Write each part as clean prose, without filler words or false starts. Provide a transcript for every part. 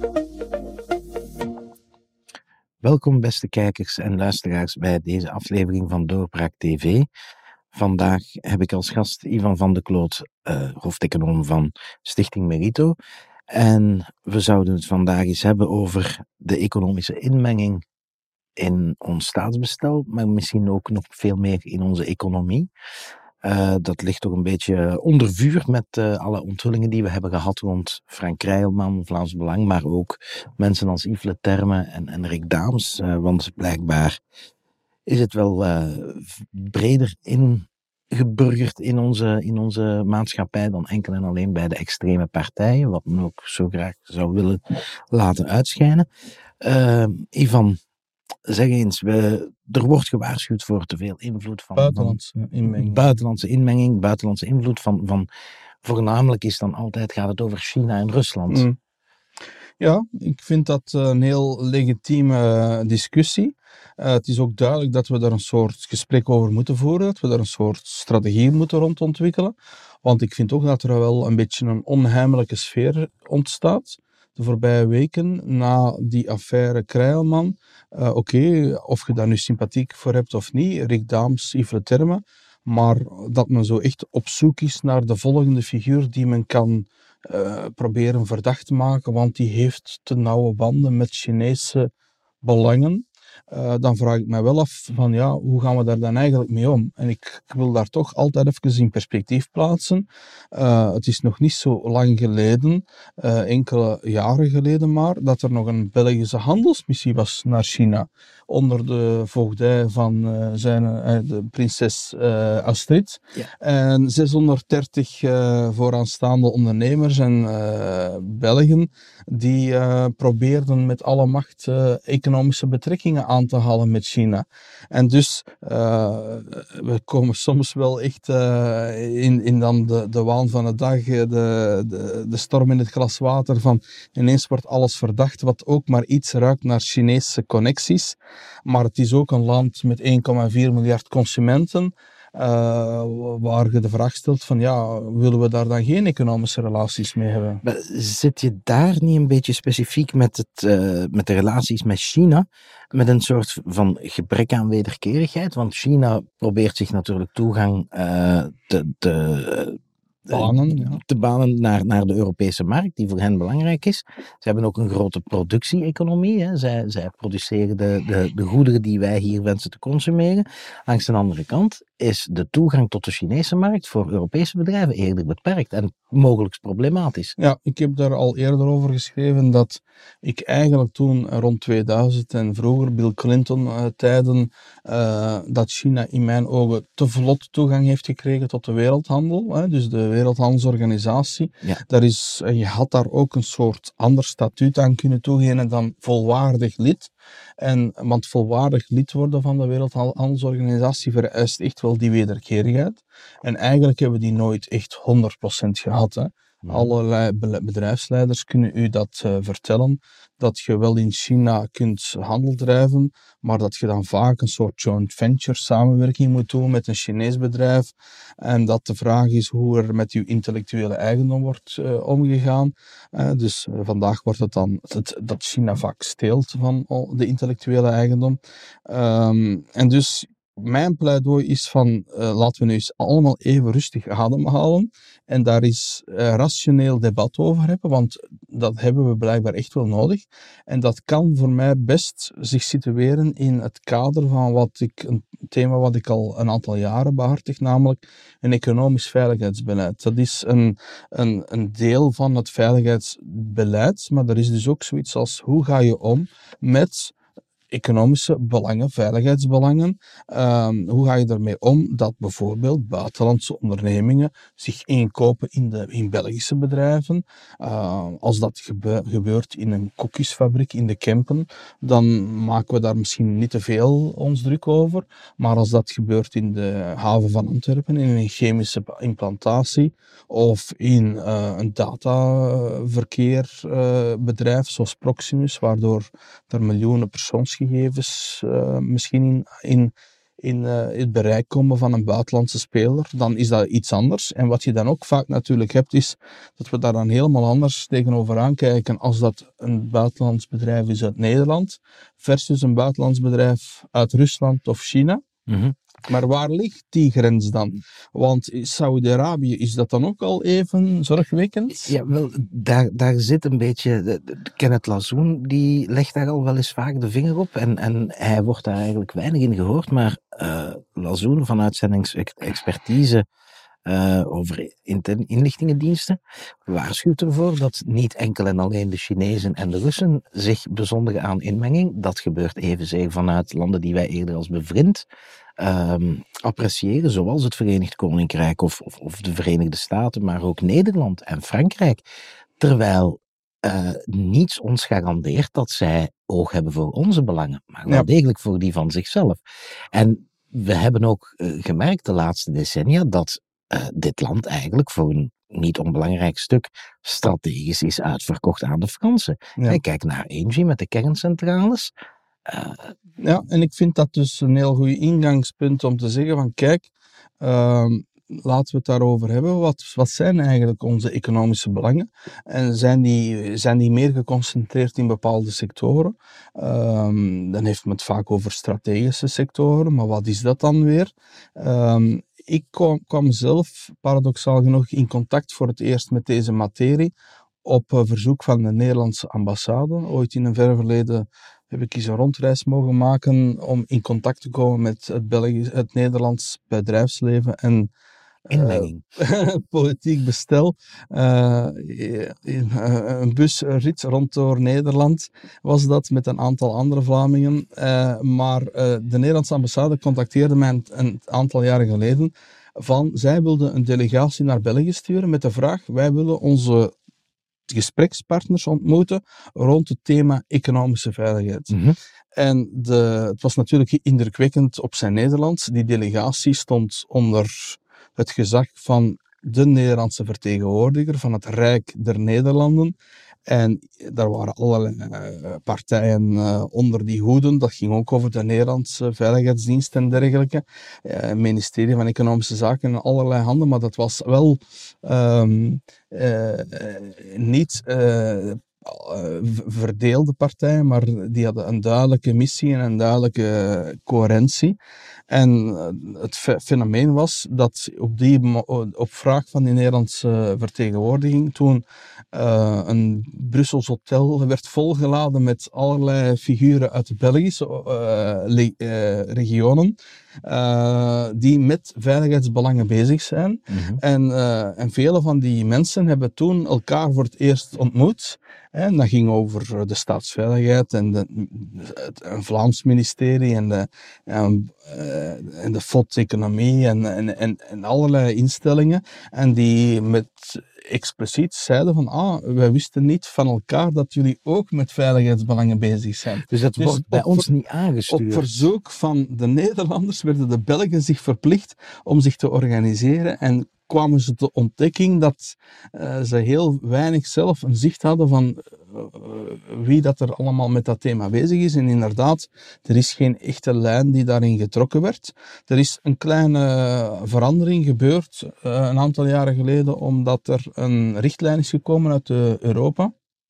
Welkom beste kijkers en luisteraars bij deze aflevering van Doorbraak TV. Vandaag heb ik als gast Ivan van de Kloot, hoofdeconoom van Stichting Merito. En we zouden het vandaag eens hebben over de economische inmenging in ons staatsbestel, maar misschien ook nog veel meer in onze economie. Dat ligt toch een beetje onder vuur met alle onthullingen die we hebben gehad rond Frank Rijlman, Vlaams Belang, maar ook mensen als Yves Leterme en Rick Daams. Want blijkbaar is het wel breder ingeburgerd in onze maatschappij dan enkel en alleen bij de extreme partijen, wat men ook zo graag zou willen laten uitschijnen. Ivan, zeg eens, er wordt gewaarschuwd voor te veel invloed van buitenlandse inmenging, buitenlandse invloed van voornamelijk gaat het over China en Rusland. Ja, ik vind dat een heel legitieme discussie. Het is ook duidelijk dat we daar een soort gesprek over moeten voeren, dat we daar een soort strategie moeten rond ontwikkelen. Want ik vind ook dat er wel een beetje een onheimelijke sfeer ontstaat. De voorbije weken, na die affaire Krijlman, of je daar nu sympathiek voor hebt of niet, Rick Daams, Yves Leterme, maar dat men zo echt op zoek is naar de volgende figuur die men kan proberen verdacht te maken, want die heeft te nauwe banden met Chinese belangen. Dan vraag ik mij wel af van ja, hoe gaan we daar dan eigenlijk mee om? En ik wil daar toch altijd even in perspectief plaatsen. Het is nog niet zo lang geleden, enkele jaren geleden maar, dat er nog een Belgische handelsmissie was naar China. Onder de voogdij van de prinses Astrid. Ja. En 630 vooraanstaande ondernemers en Belgen die probeerden met alle macht economische betrekkingen aan te halen met China. En dus we komen soms wel echt in dan de waan van de dag, de storm in het glas water van ineens wordt alles verdacht wat ook maar iets ruikt naar Chinese connecties. Maar het is ook een land met 1,4 miljard consumenten. Waar je de vraag stelt van ja, willen we daar dan geen economische relaties mee hebben? Maar zit je daar niet een beetje specifiek met de relaties met China, met een soort van gebrek aan wederkerigheid? Want China probeert zich natuurlijk toegang te banen naar de Europese markt, die voor hen belangrijk is. Ze hebben ook een grote productie-economie. Hè. Zij produceren de goederen die wij hier wensen te consumeren. Langs de andere kant is de toegang tot de Chinese markt voor Europese bedrijven eerder beperkt en mogelijk problematisch. Ja, ik heb daar al eerder over geschreven dat ik eigenlijk toen rond 2000 en vroeger Bill Clinton tijden dat China in mijn ogen te vlot toegang heeft gekregen tot de wereldhandel, dus de Wereldhandelsorganisatie. Ja. Je had daar ook een soort ander statuut aan kunnen toegeven dan volwaardig lid. Want volwaardig lid worden van de Wereldhandelsorganisatie vereist echt wel die wederkerigheid. En eigenlijk hebben we die nooit echt 100% gehad. Hè. Allerlei bedrijfsleiders kunnen u dat vertellen, dat je wel in China kunt handel drijven, maar dat je dan vaak een soort joint venture samenwerking moet doen met een Chinees bedrijf en dat de vraag is hoe er met uw intellectuele eigendom wordt omgegaan. Dus vandaag wordt het dan dat China vaak steelt van de intellectuele eigendom. En dus mijn pleidooi is van laten we nu eens allemaal even rustig ademhalen en daar is rationeel debat over hebben, want dat hebben we blijkbaar echt wel nodig. En dat kan voor mij best zich situeren in het kader van een thema wat ik al een aantal jaren behartig, namelijk een economisch veiligheidsbeleid. Dat is een deel van het veiligheidsbeleid, maar er is dus ook zoiets als hoe ga je om met economische belangen, veiligheidsbelangen. Hoe ga je ermee om dat bijvoorbeeld buitenlandse ondernemingen zich inkopen in Belgische bedrijven? Als dat gebeurt in een koekjesfabriek in de Kempen, dan maken we daar misschien niet te veel ons druk over. Maar als dat gebeurt in de haven van Antwerpen, in een chemische implantatie of in een dataverkeerbedrijf zoals Proximus, waardoor er miljoenen persoonsgegevens misschien in in het bereik komen van een buitenlandse speler, dan is dat iets anders. En wat je dan ook vaak natuurlijk hebt, is dat we daar dan helemaal anders tegenover aankijken als dat een buitenlands bedrijf is uit Nederland versus een buitenlands bedrijf uit Rusland of China. Maar waar ligt die grens dan? Want in Saudi-Arabië is dat dan ook al even zorgwekkend? Ja, wel, daar zit een beetje... Kenneth Lazoen, die legt daar al wel eens vaak de vinger op. En hij wordt daar eigenlijk weinig in gehoord. Maar Lazoen van uitzendingsexpertise over inlichtingendiensten waarschuwt ervoor dat niet enkel en alleen de Chinezen en de Russen zich bezondigen aan inmenging. Dat gebeurt evenzeer vanuit landen die wij eerder als bevriend appreciëren, zoals het Verenigd Koninkrijk of de Verenigde Staten, maar ook Nederland en Frankrijk. Terwijl niets ons garandeert dat zij oog hebben voor onze belangen, maar wel degelijk voor die van zichzelf. En we hebben ook gemerkt de laatste decennia dat dit land eigenlijk voor een niet onbelangrijk stuk strategisch is uitverkocht aan de Fransen. Ja. Kijk naar Engie met de kerncentrales. Ja, en ik vind dat dus een heel goed ingangspunt om te zeggen van kijk, laten we het daarover hebben. Wat zijn eigenlijk onze economische belangen? En zijn die meer geconcentreerd in bepaalde sectoren? Dan heeft men het vaak over strategische sectoren, maar wat is dat dan weer? Ik kwam zelf, paradoxaal genoeg, in contact voor het eerst met deze materie op verzoek van de Nederlandse ambassade. Ooit in een ver verleden heb ik eens een rondreis mogen maken om in contact te komen met het Nederlands bedrijfsleven en politiek bestel. Een busrit rond door Nederland was dat met een aantal andere Vlamingen. Maar de Nederlandse ambassade contacteerde mij een aantal jaren geleden zij wilden een delegatie naar België sturen met de vraag, wij willen onze gesprekspartners ontmoeten rond het thema economische veiligheid. En het was natuurlijk indrukwekkend op zijn Nederlands. Die delegatie stond onder het gezag van de Nederlandse vertegenwoordiger van het Rijk der Nederlanden. En daar waren allerlei partijen onder die hoeden. Dat ging ook over de Nederlandse Veiligheidsdienst en dergelijke. Het ministerie van Economische Zaken en allerlei handen. Maar dat was wel niet verdeelde partijen, maar die hadden een duidelijke missie en een duidelijke coherentie. En het fenomeen was dat op vraag van die Nederlandse vertegenwoordiging toen een Brussels hotel werd volgeladen met allerlei figuren uit de Belgische regionen die met veiligheidsbelangen bezig zijn. En vele van die mensen hebben toen elkaar voor het eerst ontmoet. En dat ging over de staatsveiligheid en een Vlaams ministerie en de FOD-economie en allerlei instellingen. En die met expliciet zeiden van, wij wisten niet van elkaar dat jullie ook met veiligheidsbelangen bezig zijn. Dus dat wordt bij ons niet aangestuurd. Op verzoek van de Nederlanders werden de Belgen zich verplicht om zich te organiseren en kwamen ze tot ontdekking dat ze heel weinig zelf een zicht hadden van wie dat er allemaal met dat thema bezig is. En inderdaad, er is geen echte lijn die daarin getrokken werd. Er is een kleine verandering gebeurd een aantal jaren geleden, omdat er een richtlijn is gekomen uit Europa.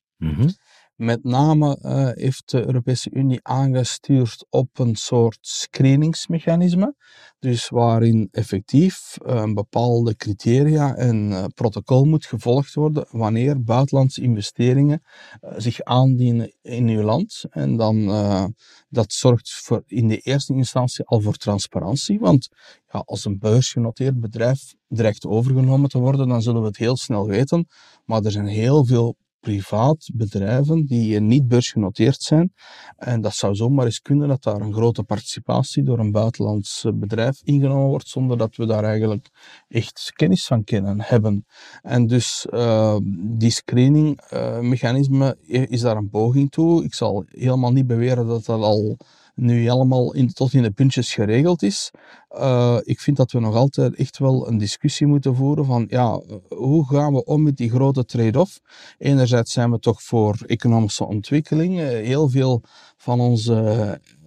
Met name heeft de Europese Unie aangestuurd op een soort screeningsmechanisme. Dus waarin effectief bepaalde criteria en protocol moet gevolgd worden wanneer buitenlandse investeringen zich aandienen in uw land. En dan dat zorgt in de eerste instantie al voor transparantie. Want ja, als een beursgenoteerd bedrijf dreigt overgenomen te worden, dan zullen we het heel snel weten. Maar er zijn heel veel privaat bedrijven die niet beursgenoteerd zijn. En dat zou zomaar eens kunnen dat daar een grote participatie door een buitenlands bedrijf ingenomen wordt, zonder dat we daar eigenlijk echt kennis van hebben. En dus die screeningmechanisme is daar een poging toe. Ik zal helemaal niet beweren dat dat al nu helemaal tot in de puntjes geregeld is. Ik vind dat we nog altijd echt wel een discussie moeten voeren van ja, hoe gaan we om met die grote trade-off? Enerzijds zijn we toch voor economische ontwikkeling. Heel veel van onze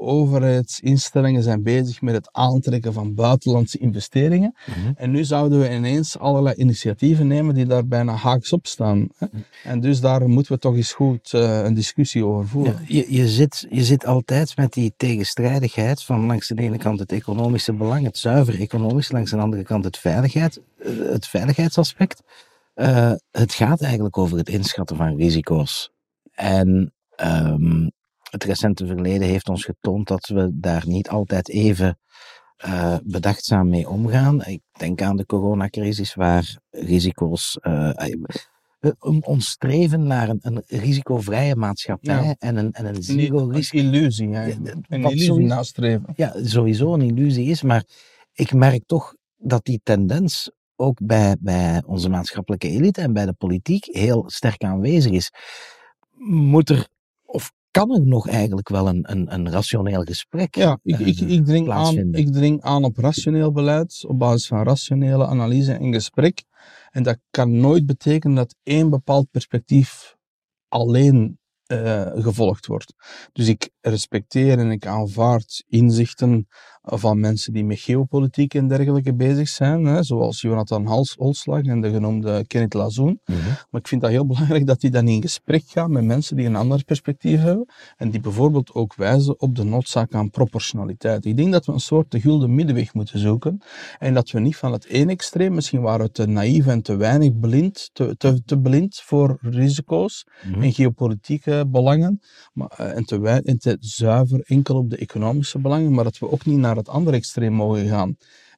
overheidsinstellingen zijn bezig met het aantrekken van buitenlandse investeringen. En nu zouden we ineens allerlei initiatieven nemen die daar bijna haaks op staan. Hè? En dus daar moeten we toch eens goed een discussie over voeren. Ja, je zit altijd met die tegenstrijdigheid van langs de ene kant het economische belang, het zuiver economisch, langs de andere kant het veiligheidsaspect. Het gaat eigenlijk over het inschatten van risico's. En het recente verleden heeft ons getoond dat we daar niet altijd even bedachtzaam mee omgaan. Ik denk aan de coronacrisis, waar risico's... ons streven naar een risicovrije maatschappij en een zero-risico... Een illusie, een illusie nastreven. Ja, sowieso een illusie is, maar ik merk toch dat die tendens ook bij onze maatschappelijke elite en bij de politiek heel sterk aanwezig is. Moet er, of kan er nog eigenlijk wel een rationeel gesprek plaatsvinden? Ik dring aan op rationeel beleid, op basis van rationele analyse en gesprek. En dat kan nooit betekenen dat één bepaald perspectief alleen gevolgd wordt. Dus ik respecteer en ik aanvaard inzichten van mensen die met geopolitiek en dergelijke bezig zijn, hè, zoals Jonathan Holslag en de genoemde Kenneth Lazoen. Maar ik vind dat heel belangrijk dat die dan in gesprek gaan met mensen die een ander perspectief hebben en die bijvoorbeeld ook wijzen op de noodzaak aan proportionaliteit. Ik denk dat we een soort de gulden middenweg moeten zoeken en dat we niet van het ene extreem, misschien waren we te naïef en te weinig blind, te blind voor risico's en geopolitieke belangen en te zuiver enkel op de economische belangen, maar dat we ook niet naar het andere extreem mogen gaan.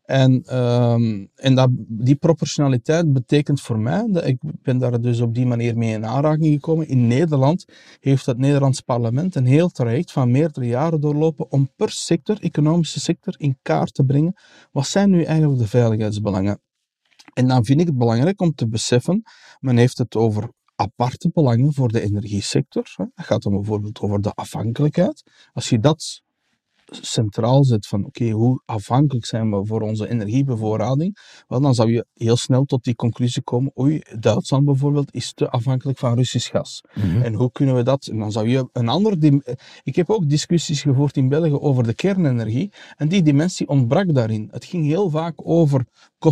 En die proportionaliteit betekent voor mij, ik ben daar dus op die manier mee in aanraking gekomen. In Nederland heeft het Nederlands parlement een heel traject van meerdere jaren doorlopen om per sector, economische sector, in kaart te brengen. Wat zijn nu eigenlijk de veiligheidsbelangen? En dan vind ik het belangrijk om te beseffen, men heeft het over aparte belangen voor de energiesector. Dat gaat dan bijvoorbeeld over de afhankelijkheid. Als je dat centraal zet van hoe afhankelijk zijn we voor onze energiebevoorrading, wel, dan zou je heel snel tot die conclusie komen, Duitsland bijvoorbeeld is te afhankelijk van Russisch gas. En hoe kunnen we dat? En dan zou je een andere... Ik heb ook discussies gevoerd in België over de kernenergie en die dimensie ontbrak daarin. Het ging heel vaak over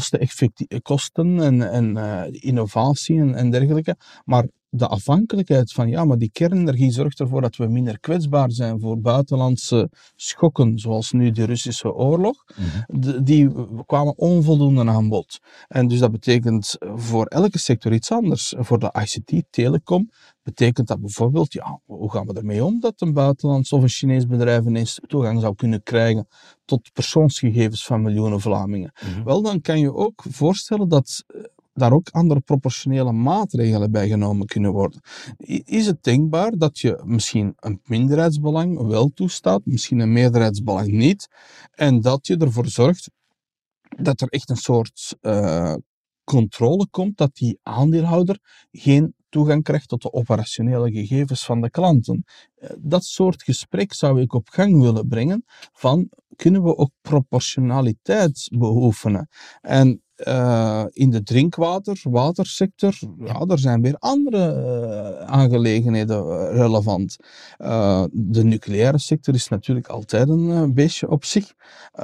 kosten en innovatie en dergelijke, maar de afhankelijkheid van, maar die kernenergie zorgt ervoor dat we minder kwetsbaar zijn voor buitenlandse schokken, zoals nu de Russische oorlog. Die kwamen onvoldoende aan bod. En dus dat betekent voor elke sector iets anders. Voor de ICT, telecom, betekent dat bijvoorbeeld, hoe gaan we ermee om dat een buitenlands of een Chinees bedrijf ineens toegang zou kunnen krijgen tot persoonsgegevens van miljoenen Vlamingen? Wel, dan kan je ook voorstellen dat daar ook andere proportionele maatregelen bij genomen kunnen worden. Is het denkbaar dat je misschien een minderheidsbelang wel toestaat, misschien een meerderheidsbelang niet, en dat je ervoor zorgt dat er echt een soort controle komt, dat die aandeelhouder geen toegang krijgt tot de operationele gegevens van de klanten? Dat soort gesprek zou ik op gang willen brengen van, kunnen we ook proportionaliteit beoefenen? En in de watersector, er zijn weer andere aangelegenheden relevant. De nucleaire sector is natuurlijk altijd een beestje op zich.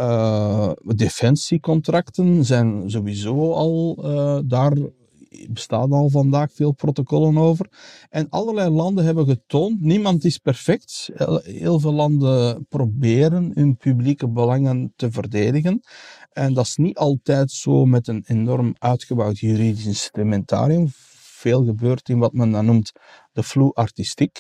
Defensiecontracten zijn sowieso al daar bestaan al vandaag veel protocollen over. En allerlei landen hebben getoond, niemand is perfect. Heel veel landen proberen hun publieke belangen te verdedigen. En dat is niet altijd zo met een enorm uitgebouwd juridisch instrumentarium. Veel gebeurt in wat men dan noemt de flou artistiek.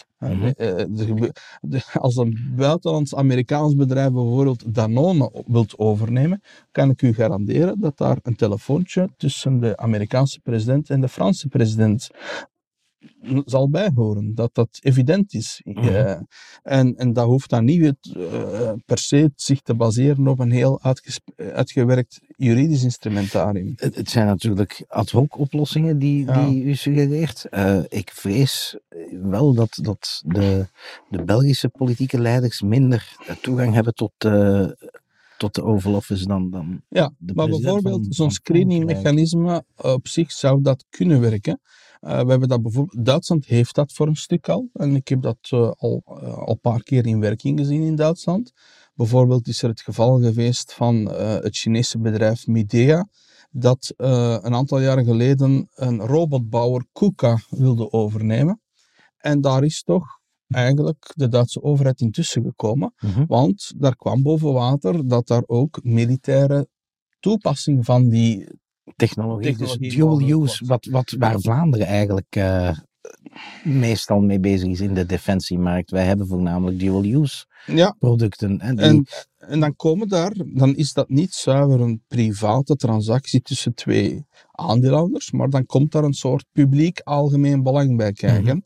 Als een buitenlands-Amerikaans bedrijf bijvoorbeeld Danone wilt overnemen, kan ik u garanderen dat daar een telefoontje tussen de Amerikaanse president en de Franse president zal bijhoren, dat dat evident is. En dat hoeft dan niet per se zich te baseren op een heel uitgewerkt juridisch instrumentarium. Het zijn natuurlijk ad hoc oplossingen die u suggereert. Ik vrees wel dat de Belgische politieke leiders minder toegang hebben tot de Oval Office dan de maar bijvoorbeeld zo'n screeningmechanisme op zich zou dat kunnen werken. We hebben dat bijvoorbeeld, Duitsland heeft dat voor een stuk al. En ik heb dat al een paar keer in werking gezien in Duitsland. Bijvoorbeeld is er het geval geweest van het Chinese bedrijf Midea, dat een aantal jaren geleden een robotbouwer KUKA wilde overnemen. En daar is toch eigenlijk de Duitse overheid intussen gekomen. Want daar kwam boven water dat daar ook militaire toepassing van die technologie dus dual use, waar Vlaanderen eigenlijk meestal mee bezig is in de defensiemarkt. Wij hebben voornamelijk dual use producten. En dan is dat niet zuiver een private transactie tussen twee aandeelhouders, maar dan komt daar een soort publiek algemeen belang bij kijken.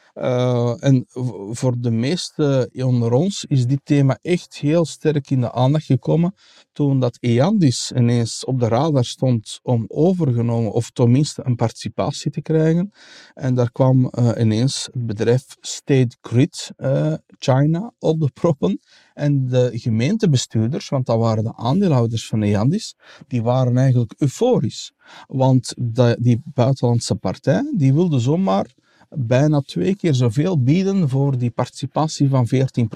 En voor de meeste onder ons is dit thema echt heel sterk in de aandacht gekomen toen dat Eandis ineens op de radar stond om overgenomen of tenminste een participatie te krijgen. En daar kwam ineens het bedrijf State Grid China op de proppen. En de gemeentebestuurders, want dat waren de aandeelhouders van Eandis, die waren eigenlijk euforisch. Want die buitenlandse partij, die wilde zomaar bijna 2 keer zoveel bieden voor die participatie van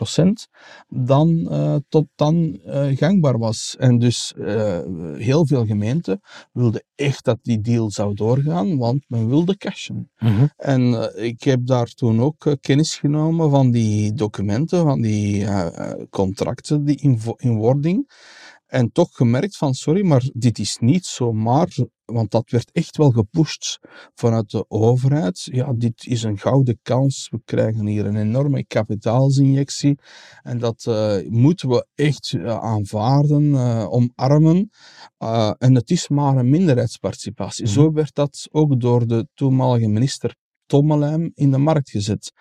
14% dan tot dan gangbaar was. En dus heel veel gemeenten wilden echt dat die deal zou doorgaan, want men wilde cashen. En ik heb daar toen ook kennis genomen van die documenten, van die contracten die in wording. En toch gemerkt van, sorry, maar dit is niet zomaar, want dat werd echt wel gepusht vanuit de overheid. Ja, dit is een gouden kans, we krijgen hier een enorme kapitaalsinjectie en dat moeten we echt aanvaarden, omarmen. En het is maar een minderheidsparticipatie. Zo werd dat ook door de toenmalige minister Tommelijn in de markt gezet.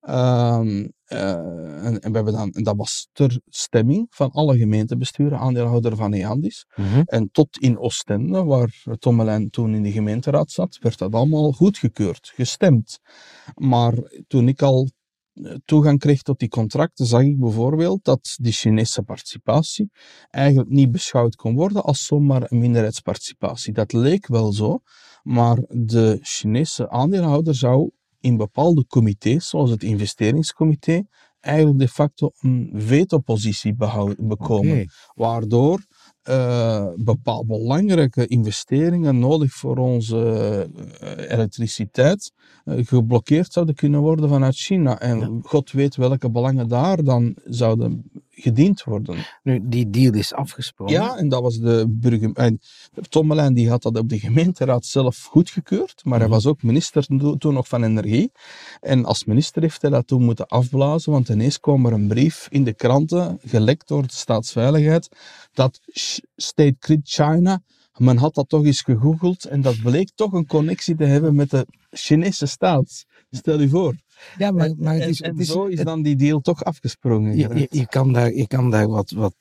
En we hebben dan, en dat was ter stemming van alle gemeentebesturen, aandeelhouder van Eandis. En tot in Oostende, waar Tommelijn toen in de gemeenteraad zat, werd dat allemaal goedgekeurd, gestemd. Maar toen ik al toegang kreeg tot die contracten, zag ik bijvoorbeeld dat die Chinese participatie eigenlijk niet beschouwd kon worden als zomaar een minderheidsparticipatie. Dat leek wel zo, maar de Chinese aandeelhouder zou in bepaalde comité's, zoals het investeringscomité, eigenlijk de facto een vetopositie bekomen. Waardoor bepaalde belangrijke investeringen nodig voor onze elektriciteit geblokkeerd zouden kunnen worden vanuit China. En God weet welke belangen daar dan zouden gediend worden. Nu, die deal is afgesproken. Ja, en dat was de burgemeester. Tommelijn die had dat op de gemeenteraad zelf goedgekeurd, maar hij was ook minister toen nog van Energie. En als minister heeft hij dat toen moeten afblazen, want ineens kwam er een brief in de kranten, gelekt door de staatsveiligheid, dat State Grid China, men had dat toch eens gegoogeld en dat bleek toch een connectie te hebben met de Chinese staat. Stel je voor. Ja, maar zo is dan die deal toch afgesprongen. Je kan daar wat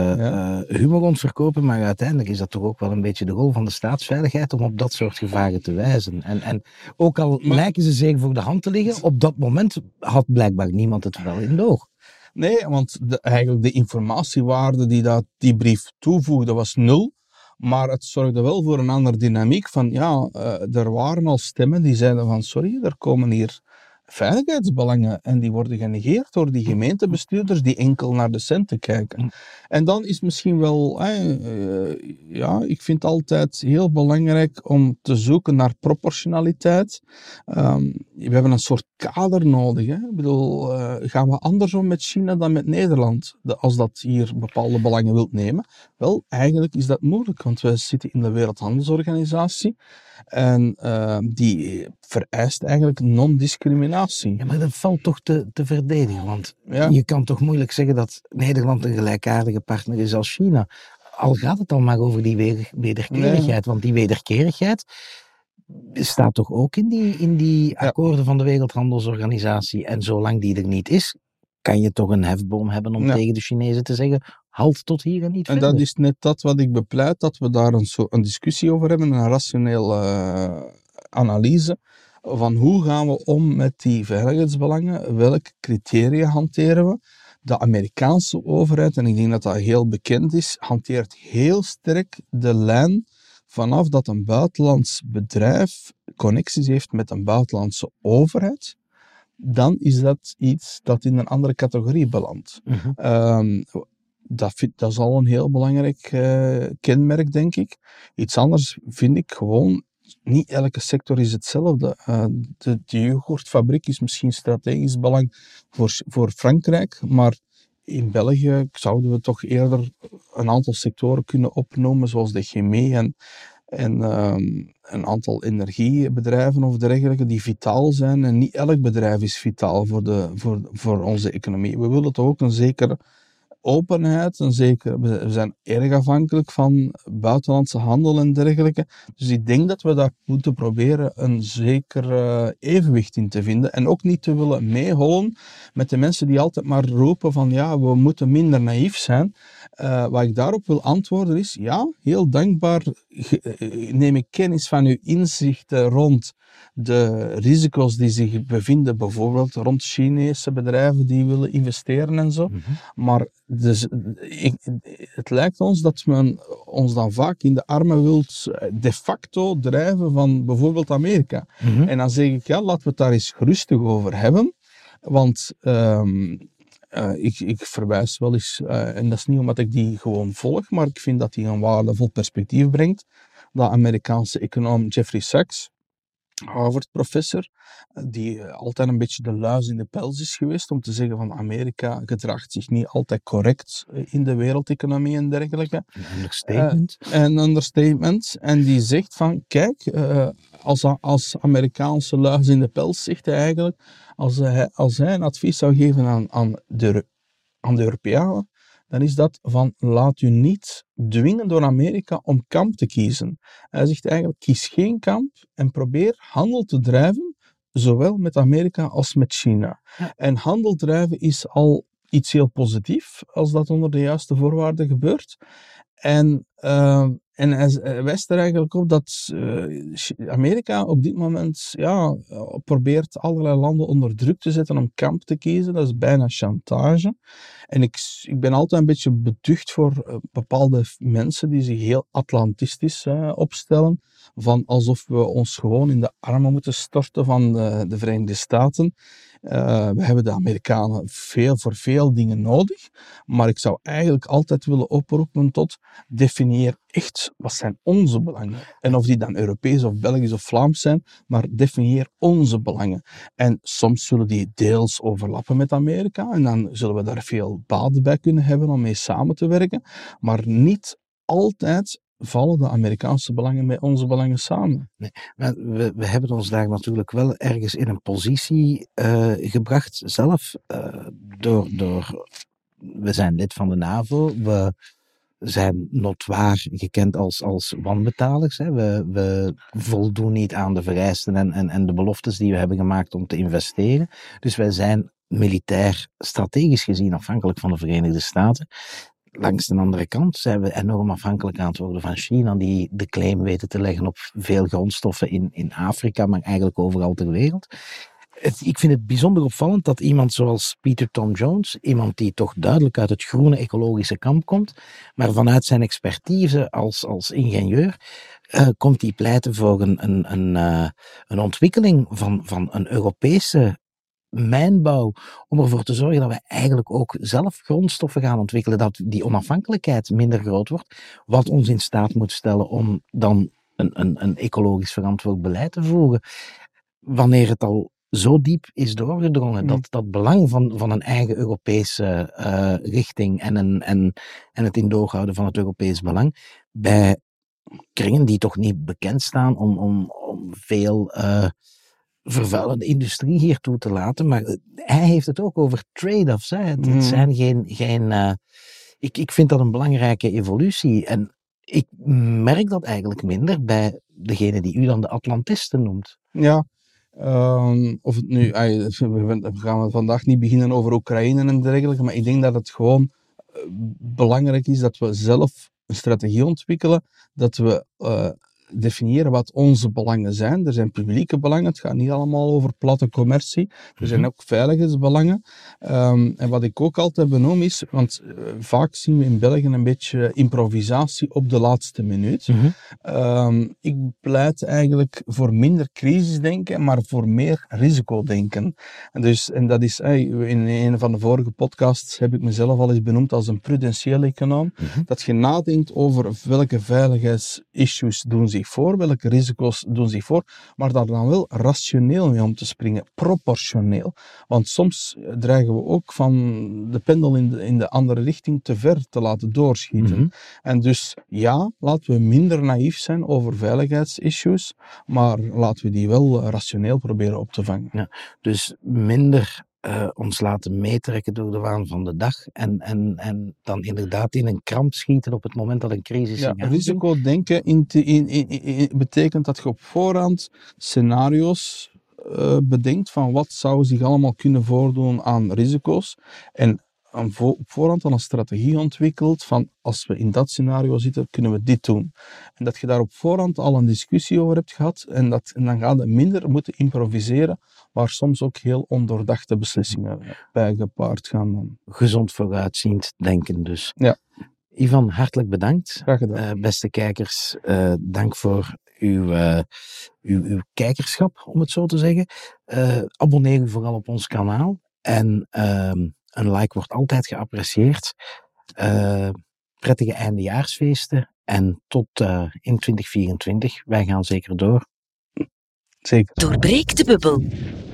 humor rond verkopen, maar uiteindelijk is dat toch ook wel een beetje de rol van de staatsveiligheid om op dat soort gevaren te wijzen. En ook al lijken ze zeker voor de hand te liggen, op dat moment had blijkbaar niemand het wel in de oog. Nee, want eigenlijk de informatiewaarde die brief toevoegde was 0. Maar het zorgde wel voor een andere dynamiek van, er waren al stemmen die zeiden van, sorry, er komen hier veiligheidsbelangen en die worden genegeerd door die gemeentebestuurders die enkel naar de centen kijken. En dan is misschien wel, ik vind het altijd heel belangrijk om te zoeken naar proportionaliteit. We hebben een soort kader nodig. Hè? Ik bedoel, gaan we anders om met China dan met Nederland, als dat hier bepaalde belangen wilt nemen? Wel, eigenlijk is dat moeilijk, want we zitten in de Wereldhandelsorganisatie en die vereist eigenlijk non-discriminatie. Ja, maar dat valt toch te verdedigen, want je kan toch moeilijk zeggen dat Nederland een gelijkaardige partner is als China. Al gaat het dan maar over die wederkerigheid, want die wederkerigheid staat toch ook in die akkoorden van de Wereldhandelsorganisatie. En zolang die er niet is, kan je toch een hefboom hebben om tegen de Chinezen te zeggen, halt tot hier en niet verder. En dat is net dat wat ik bepleit, dat we daar een discussie over hebben, een rationele analyse van hoe gaan we om met die veiligheidsbelangen, welke criteria hanteren we. De Amerikaanse overheid, en ik denk dat dat heel bekend is, hanteert heel sterk de lijn vanaf dat een buitenlands bedrijf connecties heeft met een buitenlandse overheid, dan is dat iets dat in een andere categorie belandt. Dat is al een heel belangrijk kenmerk, denk ik. Iets anders vind ik gewoon, niet elke sector is hetzelfde. De yoghurtfabriek is misschien strategisch belang voor Frankrijk, maar in België zouden we toch eerder een aantal sectoren kunnen opnoemen, zoals de chemie en een aantal energiebedrijven of dergelijke die vitaal zijn. En niet elk bedrijf is vitaal voor onze economie. We willen toch ook een zekere openheid, we zijn erg afhankelijk van buitenlandse handel en dergelijke. Dus ik denk dat we daar moeten proberen een zeker evenwicht in te vinden. En ook niet te willen meehollen met de mensen die altijd maar roepen van ja, we moeten minder naïef zijn. Wat ik daarop wil antwoorden is, ja, heel dankbaar neem ik kennis van uw inzichten rond de risico's die zich bevinden, bijvoorbeeld rond Chinese bedrijven die willen investeren en zo. Maar het lijkt ons dat men ons dan vaak in de armen wilt de facto drijven van bijvoorbeeld Amerika. En dan zeg ik, ja, laten we het daar eens rustig over hebben. Want ik verwijs wel eens, en dat is niet omdat ik die gewoon volg, maar ik vind dat die een waardevol perspectief brengt. De Amerikaanse econoom Jeffrey Sachs, Harvard-professor, die altijd een beetje de luis in de pels is geweest om te zeggen van Amerika gedraagt zich niet altijd correct in de wereldeconomie en dergelijke. Een understatement. Een understatement. En die zegt van, kijk, als Amerikaanse luis in de pels zegt hij eigenlijk, als hij een advies zou geven aan de Europeanen, dan is dat van laat u niet dwingen door Amerika om kamp te kiezen. Hij zegt eigenlijk, kies geen kamp en probeer handel te drijven, zowel met Amerika als met China. Ja. En handel drijven is al iets heel positiefs, als dat onder de juiste voorwaarden gebeurt. En hij wijst er eigenlijk op dat Amerika op dit moment probeert allerlei landen onder druk te zetten om kamp te kiezen. Dat is bijna chantage. En ik ben altijd een beetje beducht voor bepaalde mensen die zich heel atlantistisch opstellen. Van alsof we ons gewoon in de armen moeten storten van de Verenigde Staten. We hebben de Amerikanen voor veel dingen nodig. Maar ik zou eigenlijk altijd willen oproepen tot definieer echt wat zijn onze belangen. En of die dan Europees of Belgisch of Vlaams zijn, maar definieer onze belangen. En soms zullen die deels overlappen met Amerika en dan zullen we daar veel baat bij kunnen hebben om mee samen te werken. Maar niet altijd vallen de Amerikaanse belangen met onze belangen samen. Nee, maar we hebben ons daar natuurlijk wel ergens in een positie gebracht zelf. We zijn lid van de NAVO. We zijn notoir gekend als wanbetalers. Hè. We voldoen niet aan de vereisten en de beloftes die we hebben gemaakt om te investeren. Dus wij zijn militair strategisch gezien afhankelijk van de Verenigde Staten. Langs de andere kant zijn we enorm afhankelijk aan het worden van China, die de claim weten te leggen op veel grondstoffen in Afrika, maar eigenlijk overal ter wereld. Ik vind het bijzonder opvallend dat iemand zoals Peter Tom Jones, iemand die toch duidelijk uit het groene ecologische kamp komt, maar vanuit zijn expertise als ingenieur, komt hij pleiten voor een ontwikkeling van een Europese mijnbouw, om ervoor te zorgen dat we eigenlijk ook zelf grondstoffen gaan ontwikkelen, dat die onafhankelijkheid minder groot wordt, wat ons in staat moet stellen om dan een ecologisch verantwoord beleid te voeren. Wanneer het al zo diep is doorgedrongen, dat belang van een eigen Europese richting en het in doog houden van het Europees belang, bij kringen die toch niet bekend staan om veel vervuilende industrie hier toe te laten, maar hij heeft het ook over trade-offs. Hè. Het zijn geen ik vind dat een belangrijke evolutie en ik merk dat eigenlijk minder bij degene die u dan de Atlantisten noemt. Ja, of het nu, we gaan vandaag niet beginnen over Oekraïne en dergelijke, maar ik denk dat het gewoon belangrijk is dat we zelf een strategie ontwikkelen, dat we definiëren wat onze belangen zijn. Er zijn publieke belangen, het gaat niet allemaal over platte commercie. Er zijn ook veiligheidsbelangen. En wat ik ook altijd benoem is, want vaak zien we in België een beetje improvisatie op de laatste minuut. Ik pleit eigenlijk voor minder crisisdenken, maar voor meer risicodenken. En dat is, in een van de vorige podcasts heb ik mezelf al eens benoemd als een prudentiële econoom. Dat je nadenkt over welke veiligheidsissues doen zich voor, welke risico's doen zich voor, maar daar dan wel rationeel mee om te springen, proportioneel. Want soms dreigen we ook van de pendel in de andere richting te ver te laten doorschieten. En dus ja, laten we minder naïef zijn over veiligheidsissues, maar laten we die wel rationeel proberen op te vangen. Ja, dus minder ons laten meetrekken door de waan van de dag en dan inderdaad in een kramp schieten op het moment dat een crisis Ja, risicodenken betekent dat je op voorhand scenario's bedenkt van wat zou zich allemaal kunnen voordoen aan risico's en op voorhand al een strategie ontwikkelt van als we in dat scenario zitten, kunnen we dit doen. En dat je daar op voorhand al een discussie over hebt gehad en dan ga je minder moeten improviseren, waar soms ook heel ondoordachte beslissingen bij gepaard gaan. Dan. Gezond vooruitziend denken dus. Ja. Ivan, hartelijk bedankt. Graag gedaan. Beste kijkers, dank voor uw kijkerschap, om het zo te zeggen. Abonneer u vooral op ons kanaal en een like wordt altijd geapprecieerd. Prettige eindejaarsfeesten en tot in 2024. Wij gaan zeker door. Zeker. Doorbreek de bubbel.